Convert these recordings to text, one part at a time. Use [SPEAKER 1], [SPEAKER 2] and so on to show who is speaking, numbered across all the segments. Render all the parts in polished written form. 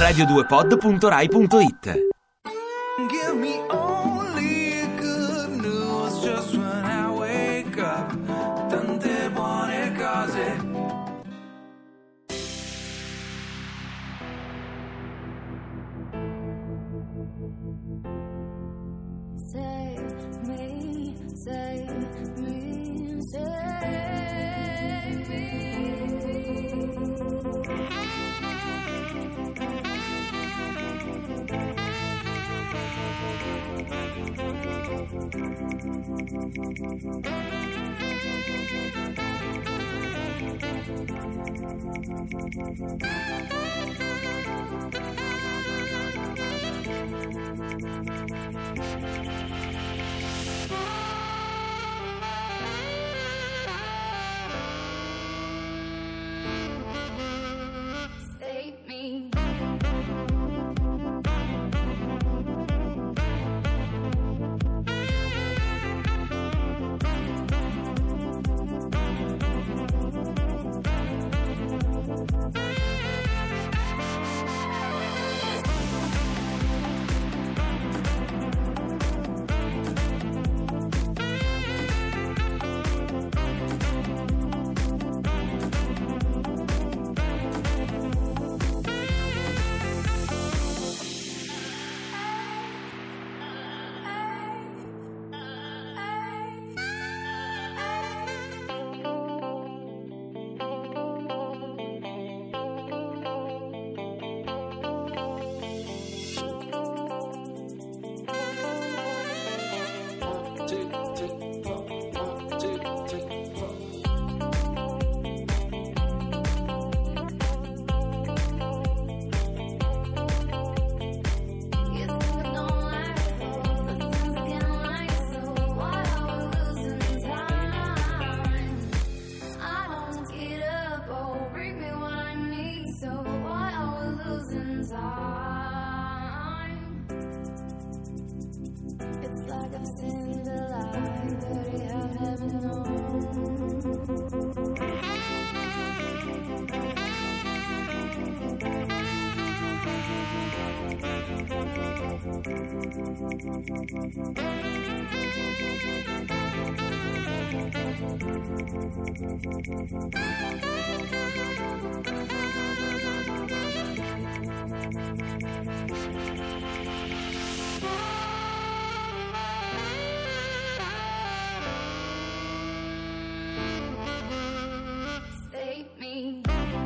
[SPEAKER 1] radio2pod.rai.it.
[SPEAKER 2] Give me only good news just when I wake up. Tante buone cose.
[SPEAKER 3] Save me, save me, save me. Save me. It's like I've seen the light, but I haven't known. Save me.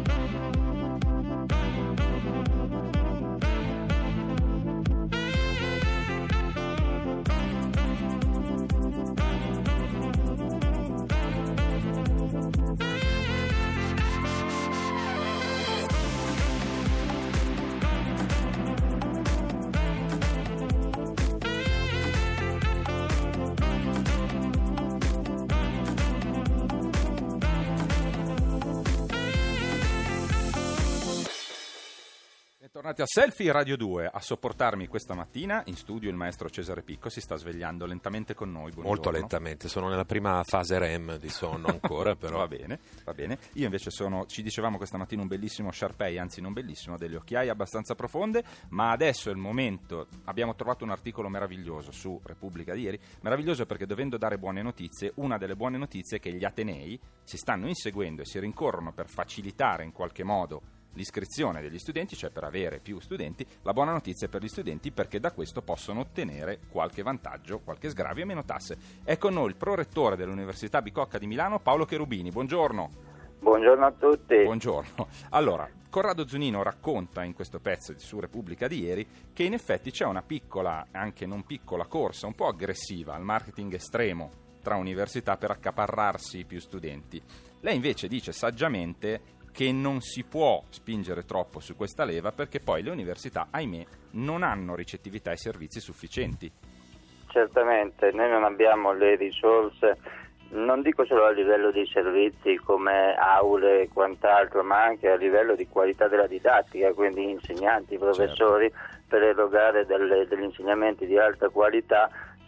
[SPEAKER 4] Tornati a Selfie Radio 2, a sopportarmi questa mattina in studio il maestro Cesare Picco si sta svegliando lentamente con noi. Buongiorno.
[SPEAKER 5] Molto lentamente, sono nella prima fase REM di sonno ancora, però.
[SPEAKER 4] Va bene. Io invece ci dicevamo questa mattina un bellissimo Sharpei, anzi non bellissimo, delle occhiaie abbastanza profonde, ma adesso è il momento, abbiamo trovato un articolo meraviglioso su Repubblica di ieri, meraviglioso perché dovendo dare buone notizie, una delle buone notizie è che gli atenei si stanno inseguendo e si rincorrono per facilitare in qualche modo l'iscrizione degli studenti, cioè per avere più studenti. La buona notizia è per gli studenti perché da questo possono ottenere qualche vantaggio, qualche sgravio e meno tasse. È con noi il prorettore dell'Università Bicocca di Milano, Paolo Cherubini. Buongiorno.
[SPEAKER 6] Buongiorno a tutti.
[SPEAKER 4] Buongiorno. Allora, Corrado Zunino racconta in questo pezzo su Repubblica di ieri che in effetti c'è una piccola, anche non piccola, corsa un po' aggressiva al marketing estremo tra università per accaparrarsi più studenti. Lei invece dice saggiamente che non si può spingere troppo su questa leva perché poi le università, ahimè, non hanno ricettività e servizi sufficienti.
[SPEAKER 6] Certamente, noi non abbiamo le risorse, non dico solo a livello di servizi come aule e quant'altro, ma anche a livello di qualità della didattica, quindi insegnanti, professori, per erogare degli insegnamenti di alta qualità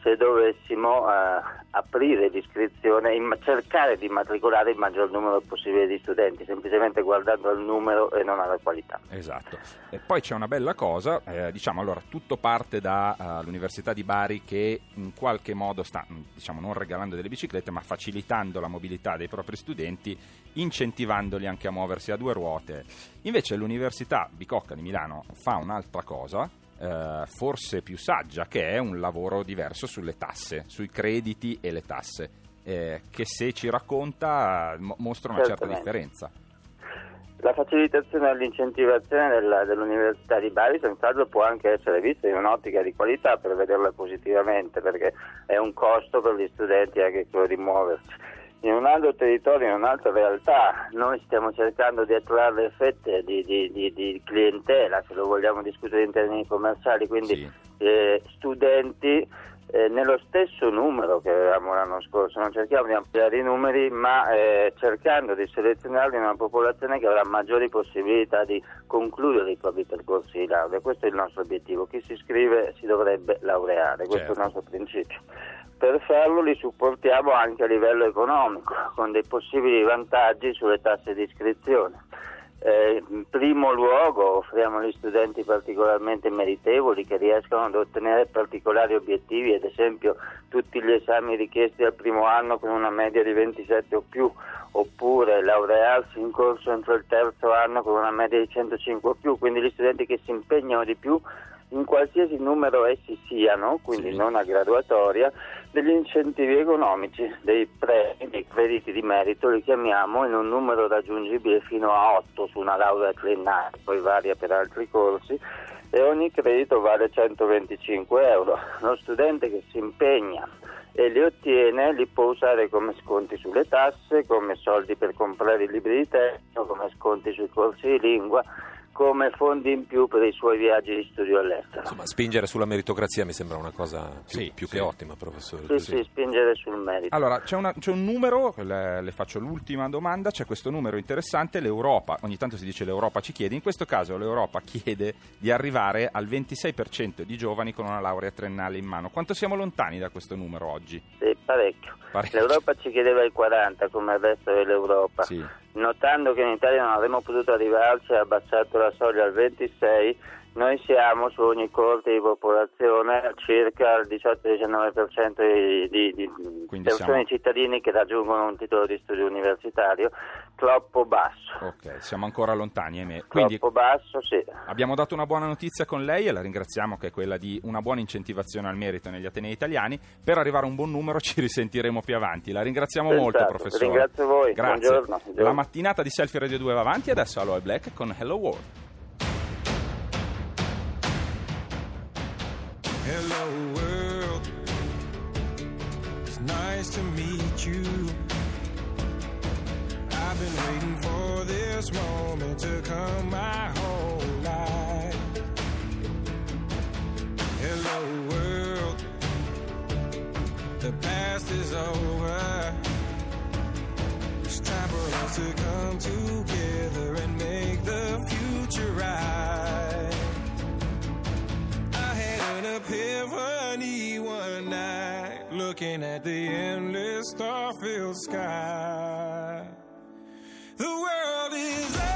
[SPEAKER 6] se dovessimo aprire l'iscrizione, cercare di matricolare il maggior numero possibile di studenti, semplicemente guardando al numero e non alla qualità.
[SPEAKER 4] Esatto. E poi c'è una bella cosa, allora tutto parte dall'Università di Bari, che in qualche modo sta, non regalando delle biciclette, ma facilitando la mobilità dei propri studenti, incentivandoli anche a muoversi a due ruote. Invece l'Università Bicocca di Milano fa un'altra cosa, forse più saggia, che è un lavoro diverso sulle tasse, sui crediti e le tasse, che se ci racconta mostra una certa differenza.
[SPEAKER 6] La facilitazione e l'incentivazione dell'Università di Bari senz'altro può anche essere vista in un'ottica di qualità, per vederla positivamente, perché è un costo per gli studenti anche quello di muoversi. In un altro territorio, in un'altra realtà, noi stiamo cercando di attrarre fette di clientela, se lo vogliamo discutere in termini commerciali, quindi sì. Studenti nello stesso numero che avevamo l'anno scorso. Non cerchiamo di ampliare i numeri, ma cercando di selezionarli in una popolazione che avrà maggiori possibilità di concludere i propri percorsi di laurea. Questo è il nostro obiettivo. Chi si iscrive si dovrebbe laureare, questo è il nostro principio. Per farlo li supportiamo anche a livello economico, con dei possibili vantaggi sulle tasse di iscrizione. In primo luogo offriamo agli studenti particolarmente meritevoli che riescano ad ottenere particolari obiettivi, ad esempio tutti gli esami richiesti al primo anno con una media di 27 o più, oppure laurearsi in corso entro il terzo anno con una media di 105 o più, quindi gli studenti che si impegnano di più in qualsiasi numero essi siano, quindi sì, non a graduatoria, degli incentivi economici, dei premi, dei crediti di merito, li chiamiamo, in un numero raggiungibile fino a 8 su una laurea triennale, poi varia per altri corsi, e ogni credito vale 125 euro. Lo studente che si impegna e li ottiene li può usare come sconti sulle tasse, come soldi per comprare i libri di testo, come sconti sui corsi di lingua, come fondi in più per i suoi viaggi di studio all'estero.
[SPEAKER 5] Insomma, spingere sulla meritocrazia mi sembra una cosa più che ottima, professore.
[SPEAKER 6] Sì, spingere sul merito.
[SPEAKER 4] Allora, c'è un numero, le faccio l'ultima domanda, c'è questo numero interessante, l'Europa, ogni tanto si dice l'Europa ci chiede, in questo caso l'Europa chiede di arrivare al 26% di giovani con una laurea triennale in mano. Quanto siamo lontani da questo numero oggi?
[SPEAKER 6] Sì, parecchio. L'Europa ci chiedeva il 40% come il resto dell'Europa. Sì. Notando che in Italia non avremmo potuto arrivarci, ha abbassato la soglia al 26%, noi siamo su ogni coorte di popolazione circa il 18-19% di persone cittadini che raggiungono un titolo di studio universitario, troppo basso.
[SPEAKER 4] Ok, siamo ancora lontani, ahimè.
[SPEAKER 6] Troppo basso, sì.
[SPEAKER 4] Abbiamo dato una buona notizia con lei e la ringraziamo, che è quella di una buona incentivazione al merito negli atenei italiani. Per arrivare a un buon numero ci risentiremo più avanti. La ringraziamo molto, professore.
[SPEAKER 6] Ringrazio voi.
[SPEAKER 4] Grazie.
[SPEAKER 6] Buongiorno.
[SPEAKER 4] La mattinata di Selfie Radio 2 va avanti, adesso Aloe Black con Hello World.
[SPEAKER 2] Hello world, it's nice to meet you. I've been waiting for this moment to come my whole life. Hello world, the past is over. It's time for us to come together and make the future right. Epiphany one night, looking at the endless star-filled sky. The world is ours.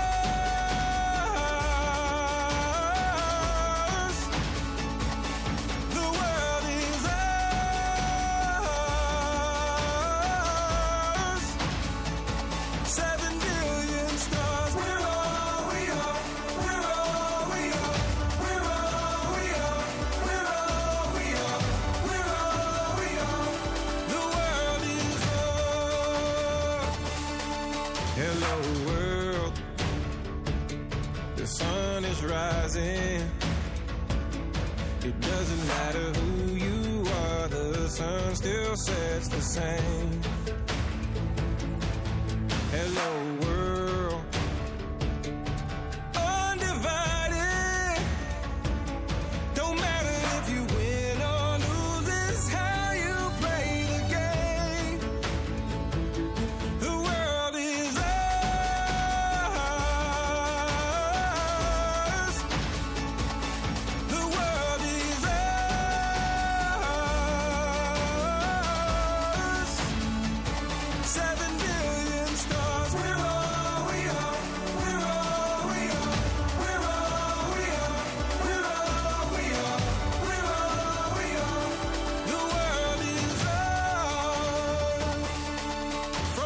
[SPEAKER 2] The world is ours. 7 billion stars. We're all we are. We're all we are. We're all we are. We're all we are. We're all we are. The world is ours. Hello world. The sun is rising. It doesn't matter who you are, the sun still sets the same. Hello world, undivided. Don't matter if you win or lose, it's how you play the game. The world is ours. The world is ours.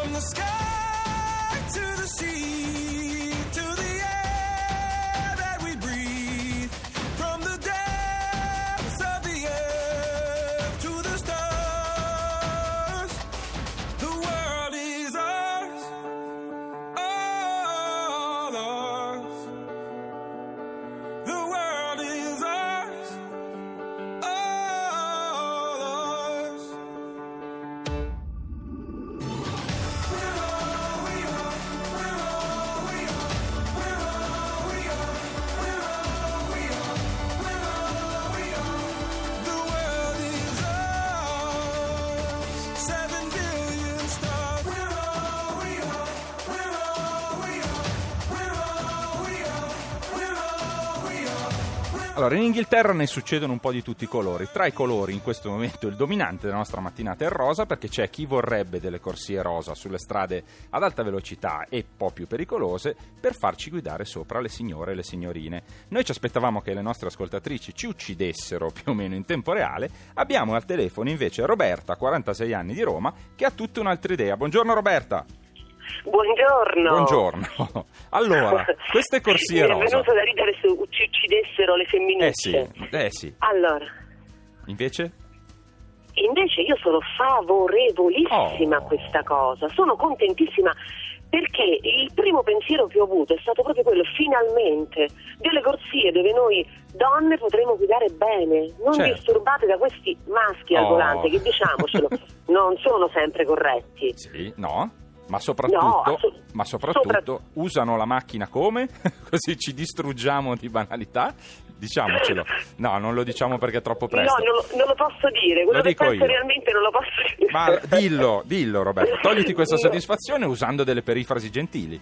[SPEAKER 2] From the sky to the sea, to the air that we breathe, from the depths of the earth to the stars, the world is ours, all ours. The world is ours, all ours. The world is ours. 7 billion stars. We're all we are. We're all we are. We're all we are. We're all we are.
[SPEAKER 4] Allora, in Inghilterra ne succedono un po' di tutti i colori. Tra i colori in questo momento il dominante della nostra mattinata è il rosa, perché c'è chi vorrebbe delle corsie rosa sulle strade ad alta velocità e un po' più pericolose per farci guidare sopra le signore e le signorine. Noi ci aspettavamo che le nostre ascoltatrici ci uccidessero più o meno in tempo reale. Abbiamo al telefono invece Roberta, 46 anni, di Roma, che ha tutta un'altra idea. Buongiorno Roberta.
[SPEAKER 1] Buongiorno.
[SPEAKER 4] Buongiorno. Allora, queste corsie
[SPEAKER 1] Mi è
[SPEAKER 4] rosa.
[SPEAKER 1] venuto da ridere se ci uccidessero le femminucce.
[SPEAKER 4] Sì.
[SPEAKER 1] Allora,
[SPEAKER 4] Invece?
[SPEAKER 1] io sono favorevolissima a
[SPEAKER 4] Oh.
[SPEAKER 1] questa cosa, sono contentissima perché il primo pensiero che ho avuto è stato proprio quello, finalmente, delle corsie dove noi donne potremo guidare bene, non
[SPEAKER 4] Certo.
[SPEAKER 1] disturbate da questi maschi al
[SPEAKER 4] Oh.
[SPEAKER 1] volante che, diciamocelo, non sono sempre corretti.
[SPEAKER 4] Sì, no? Ma soprattutto, usano la macchina come? Così ci distruggiamo di banalità? Diciamocelo. No, non lo diciamo perché è troppo presto.
[SPEAKER 1] No, non lo posso dire, quello
[SPEAKER 4] Lo
[SPEAKER 1] che
[SPEAKER 4] dico
[SPEAKER 1] penso
[SPEAKER 4] io.
[SPEAKER 1] realmente non lo posso dire.
[SPEAKER 4] Ma dillo Roberto, togliti questa soddisfazione usando delle perifrasi gentili.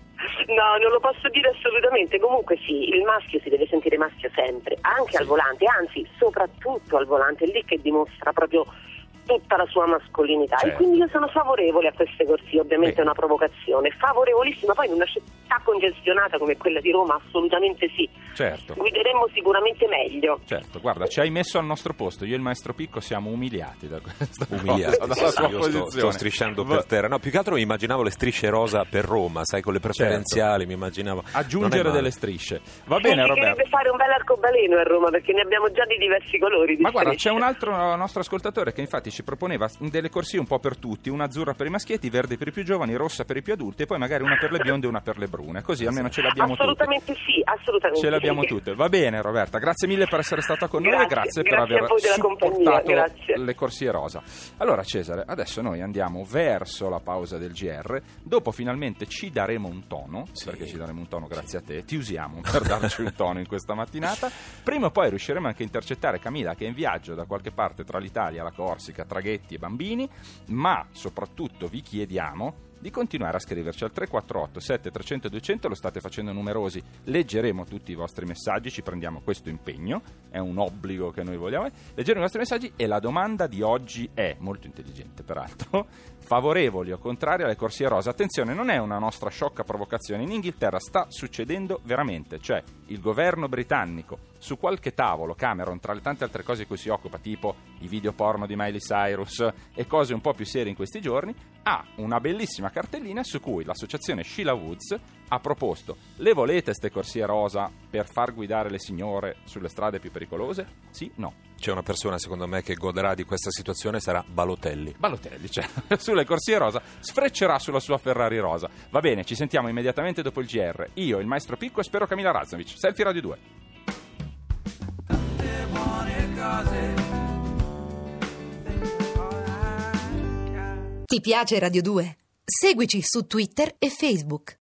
[SPEAKER 1] No, non lo posso dire assolutamente. Comunque sì, il maschio si deve sentire maschio sempre, anche al volante, anzi soprattutto al volante, è lì che dimostra proprio tutta la sua mascolinità.
[SPEAKER 4] Certo.
[SPEAKER 1] E quindi io sono favorevole a queste corsie, ovviamente
[SPEAKER 4] Beh.
[SPEAKER 1] è una provocazione, favorevolissima. Poi in una città congestionata come quella di Roma assolutamente sì,
[SPEAKER 4] Certo.
[SPEAKER 1] guideremo sicuramente meglio.
[SPEAKER 4] Certo, guarda, ci hai messo al nostro posto. Io e il maestro Picco siamo umiliati da questa
[SPEAKER 5] Umiliati,
[SPEAKER 4] cosa, dalla sua
[SPEAKER 5] io
[SPEAKER 4] posizione.
[SPEAKER 5] sto strisciando per terra. No, più che altro mi immaginavo le strisce rosa per Roma, sai, con le preferenziali, mi immaginavo.
[SPEAKER 4] Aggiungere
[SPEAKER 5] Non è male.
[SPEAKER 4] delle strisce. Va bene,
[SPEAKER 1] Si
[SPEAKER 4] Roberto.
[SPEAKER 1] dovrebbe fare un bel arcobaleno a Roma perché ne abbiamo già di diversi colori. di
[SPEAKER 4] Ma guarda,
[SPEAKER 1] strisce.
[SPEAKER 4] c'è un altro nostro ascoltatore che infatti ci proponeva delle corsie un po' per tutti, una azzurra per i maschietti, verde per i più giovani, rossa per i più adulti e poi magari una per le bionde e una per le brune, così almeno ce l'abbiamo tutte.
[SPEAKER 1] Assolutamente sì, assolutamente
[SPEAKER 4] Ce le abbiamo
[SPEAKER 1] sì.
[SPEAKER 4] tutte. Va bene Roberta, grazie mille per essere stata con noi e grazie per
[SPEAKER 1] Grazie
[SPEAKER 4] aver
[SPEAKER 1] a voi della compagnia,
[SPEAKER 4] supportato
[SPEAKER 1] grazie.
[SPEAKER 4] le corsie rosa. Allora Cesare, adesso noi andiamo verso la pausa del GR, dopo finalmente ci daremo un tono, perché ci daremo un tono grazie a te, ti usiamo per darci un tono in questa mattinata, prima o poi riusciremo anche a intercettare Camilla che è in viaggio da qualche parte tra l'Italia, la Corsica, traghetti e bambini, ma soprattutto vi chiediamo di continuare a scriverci al 348 7300 200, lo state facendo numerosi, leggeremo tutti i vostri messaggi, ci prendiamo questo impegno, è un obbligo che noi vogliamo, leggeremo i vostri messaggi e la domanda di oggi è, molto intelligente peraltro, favorevoli o contrari alle corsie rosa? Attenzione, non è una nostra sciocca provocazione, in Inghilterra sta succedendo veramente, cioè il governo britannico su qualche tavolo, Cameron, tra le tante altre cose di cui si occupa, tipo i video porno di Miley Cyrus e cose un po' più serie in questi giorni, ha una bellissima cartellina su cui l'associazione Sheila Woods ha proposto: le volete ste corsie rosa per far guidare le signore sulle strade più pericolose? Sì? No?
[SPEAKER 5] C'è una persona, secondo me, che goderà di questa situazione, sarà Balotelli.
[SPEAKER 4] Balotelli, cioè, sulle corsie rosa, sfreccerà sulla sua Ferrari rosa. Va bene, ci sentiamo immediatamente dopo il GR. Io, il maestro Picco e spero Camilla Raznovic. Selfie Radio 2.
[SPEAKER 7] Ti piace Radio 2? Seguici su Twitter e Facebook.